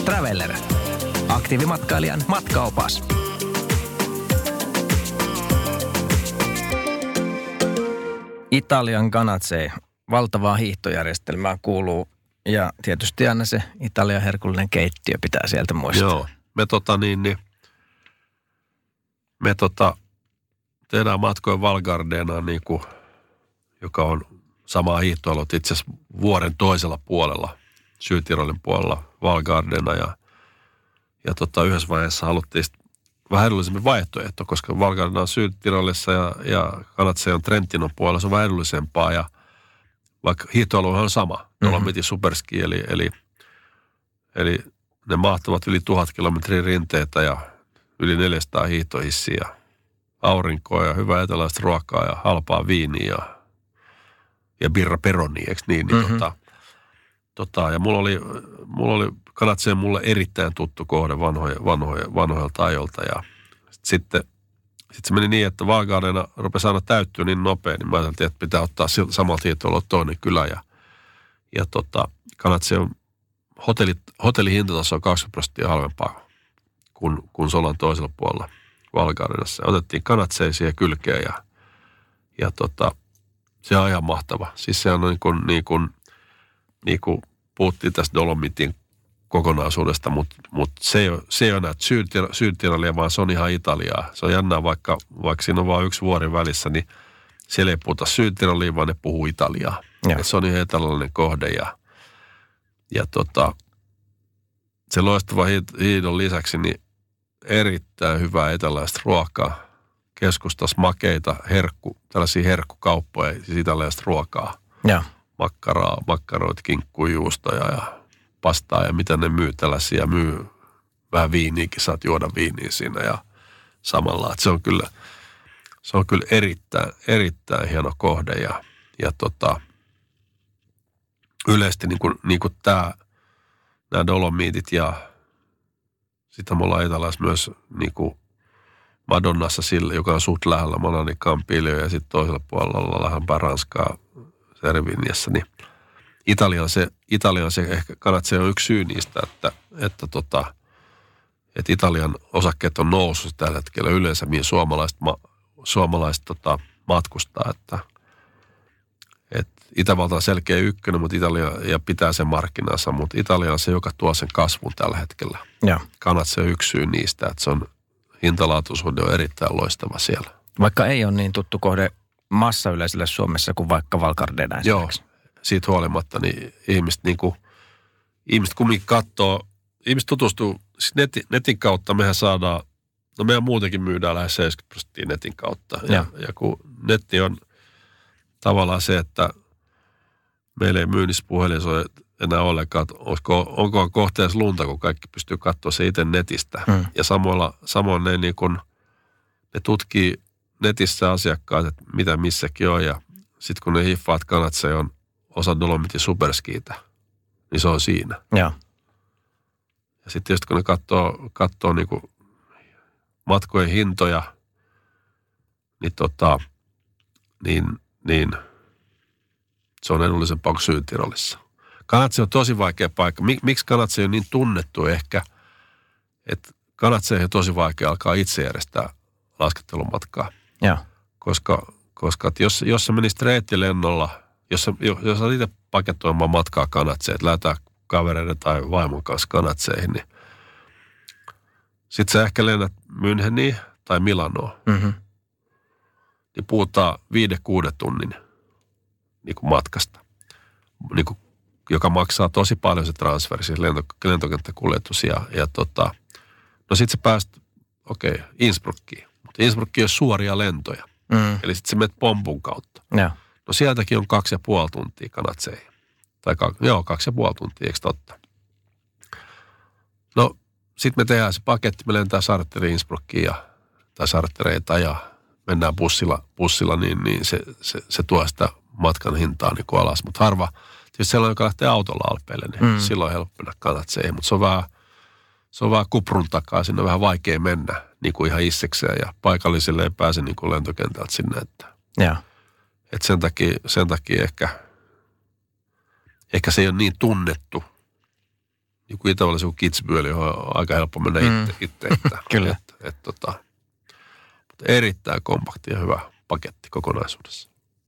Traveller. Aktiivimatkailijan matkaopas. Italian Ganatsei. Valtavaa hiihtojärjestelmää kuuluu. Ja tietysti aina se Italian herkullinen keittiö pitää sieltä muistaa. Joo. Me tehdään matkoja Val Gardenaan, joka on samaa hiihtoalue itse asiassa vuoren toisella puolella, Südtirolin puolella Val Gardena. Ja yhdessä vaiheessa haluttiin vähän edullisemmin vaihtoehto, koska Val Gardena on Südtirolissa ja Ganatsei on Trentinon puolella, se on vähän edullisempaa. Ja vaikka hiihtoalue on sama, Dolomitin superski, eli ne mahtavat yli 1000 kilometrin rinteitä ja yli 400 hiihtohissiä, aurinkoa ja hyvää eteläistä ruokaa ja halpaa viiniä ja birra peroni, eikö niin? Ja mulla oli Ganatsei mulle erittäin tuttu kohde vanhoilta ajoilta ja sitten se meni niin, että Val Gardena rupesi aina täyttyä niin nopea, niin mä ajattelin, että pitää ottaa samalta hiihtoalueelta toinen kylä ja Ganatsei on hotellihintataso on 20% halvempaa kuin Solan toisella puolella Val Gardenassa. Otettiin Ganatsei siihen kylkeen ja se on ihan mahtava. Siis se on niin kuin puhuttiin tästä Dolomitin kokonaisuudesta, mutta se ei ole näitä Südtirolia, vaan se on ihan Italiaa. Se on jännää, vaikka siinä on vain yksi vuori välissä, niin siellä ei puhuta Südtirolia, vaan ne puhuu Italiaa. Se on ihan eteläinen kohde ja se loistava hiidon lisäksi niin erittäin hyvää eteläistä ruokaa. Keskustas makeita, tällaisia herkkukauppoja, siis italialaista ruokaa. Ja. Makkaroita, kinkkujuustoja ja pastaa ja mitä ne myy tällaisia. Myy vähän viiniäkin, saat juoda viiniä siinä ja samalla. Että se on kyllä erittäin hieno kohde ja yleisesti niin kuin nämä Dolomiitit ja sitten me ollaan Italiassa myös niin kuin Madonnassa sillä, joka on suht lähellä Manani Campilio ja sitten toisella puolella lähempää Ranskaa Serviniassa, niin Italian se ehkä Ganatsei on yksi syy niistä, että Italian osakkeet on noussut tällä hetkellä yleensä, mihin suomalaiset matkustaa, että Itävalta on selkeä ykkönen, mutta Italia ja pitää sen markkinansa, mutta Italia on se, joka tuo sen kasvun tällä hetkellä. Ganatsei on yksi syy niistä, että se on hintalaatuisuuden on erittäin loistava siellä. Vaikka ei ole niin tuttu kohde massayleisölle Suomessa kuin vaikka Val Gardena esimerkiksi. Joo, siitä huolimatta niin ihmiset kumminkin katsoo, ihmiset tutustuu, siis netin kautta mehän saadaan, mehän muutenkin myydään lähes 70% netin kautta. Ja kun netti on tavallaan se, että meillä ei myynnissä puhelin ole enää ollenkaan, että onko kohteessa lunta, kun kaikki pystyy katsoa se itse netistä. Ja samoin ne tutkii netissä asiakkaat, että mitä missäkin on. Ja sitten kun ne hiffaa, että Ganatsei on osa Dolomitin superskiitä, niin se on siinä. Ja sitten tietysti kun ne katsoo niin kuin matkojen hintoja, niin se on edullisempaa kuin Südtirolissa. Ganatsei on tosi vaikea paikka. Miksi Ganatsei on niin tunnettu ehkä, että Ganatsei on tosi vaikea alkaa itse järjestää laskettelumatkaa. Koska jos sä menisit reittilennolla, jos sä itse paketoimaan matkaa Ganatseihin, että lähdetään kavereiden tai vaimon kanssa Ganatseihin, niin sit sä ehkä lennät Müncheniin tai Milanoon. Niin puhutaan 5-6 tunnin niin kuin matkasta, niin kuin, joka maksaa tosi paljon se transferi, siis lentokenttäkuljetus. No sit sä pääst, Innsbruckiin. Mutta Innsbruckiin on suoria lentoja. Eli sit sä menet pompun kautta. No sieltäkin on 2,5 tuntia Ganatseihin. Tai 2,5 tuntia, eikö totta? No sit me tehdään se paketti, me lentää Sarteriin Innsbruckiin tai Sartereita ja mennään bussilla niin se tuo sitä matkan hintaa niin kuin alas. Mutta harva, tietysti sellainen, joka lähtee autolla Alpeille, niin silloin on helppo mennä Ganatseihin. Mutta se on vähän kuprun takaa, sinne on vähän vaikea mennä niin kuin ihan itsekseen ja paikallisille ei pääse niin kuin lentokentältä sinne. Että sen takia ehkä se ei ole niin tunnettu joku itävallisen kuin Kitzbühel, johon on aika helppo mennä itse. Kyllä. Mutta erittäin kompakti ja hyvä paketti kokonaisuudessa.